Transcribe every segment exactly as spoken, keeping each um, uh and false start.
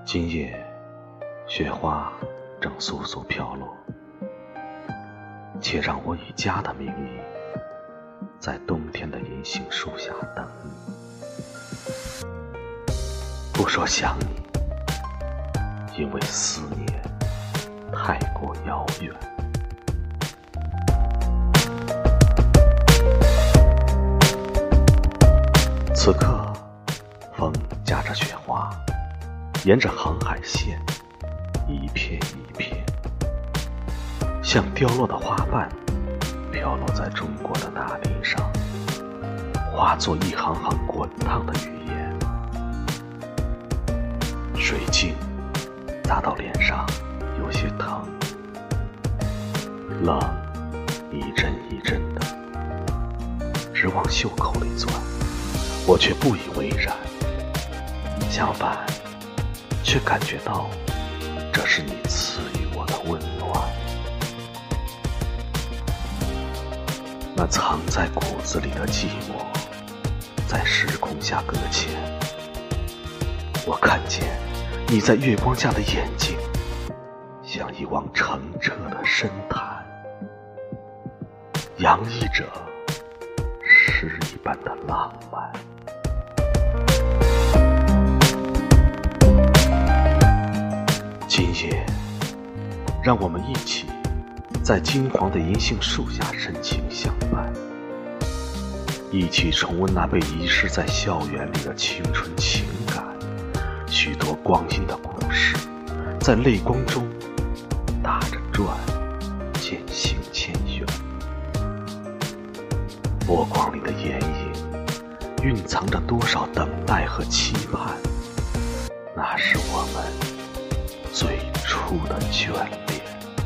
今夜雪花正簌簌飘落，且让我以家的名义在冬天的银杏树下等你。不说想你，因为思念太过遥远。此刻风夹着雪花，沿着航海线一片一片，像凋落的花瓣飘落在中国的大地上，化作一行行滚烫的语言。水镜打到脸上有些疼，冷一阵一阵的直往袖口里钻，我却不以为然，相反却感觉到这是你赐予我的温暖。那藏在骨子里的寂寞在时空下搁浅，我看见你在月光下的眼睛像一汪澄澈的深潭，洋溢着诗一般的浪漫。今夜让我们一起在金黄的银杏树下深情相伴，一起重温那被遗失在校园里的青春情感。许多光阴的故事在泪光中打着转，渐行渐远。波光里的眼影蕴藏着多少等待和期盼，那是我们最初的眷恋。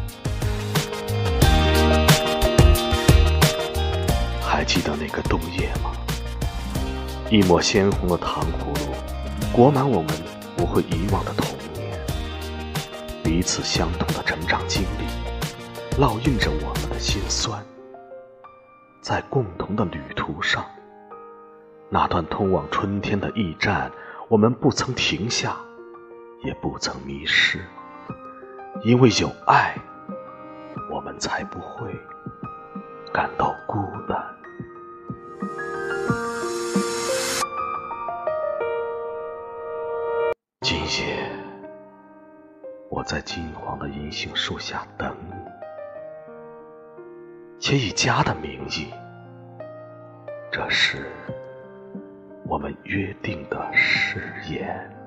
还记得那个冬夜吗？一抹鲜红的糖葫芦裹满我们不会遗忘的童年，彼此相同的成长经历烙印着我们的心酸。在共同的旅途上，那段通往春天的驿站，我们不曾停下，也不曾迷失，因为有爱，我们才不会感到孤单。今夜我在金黄的银杏树下等你，且以家的名义，这是我们约定的誓言。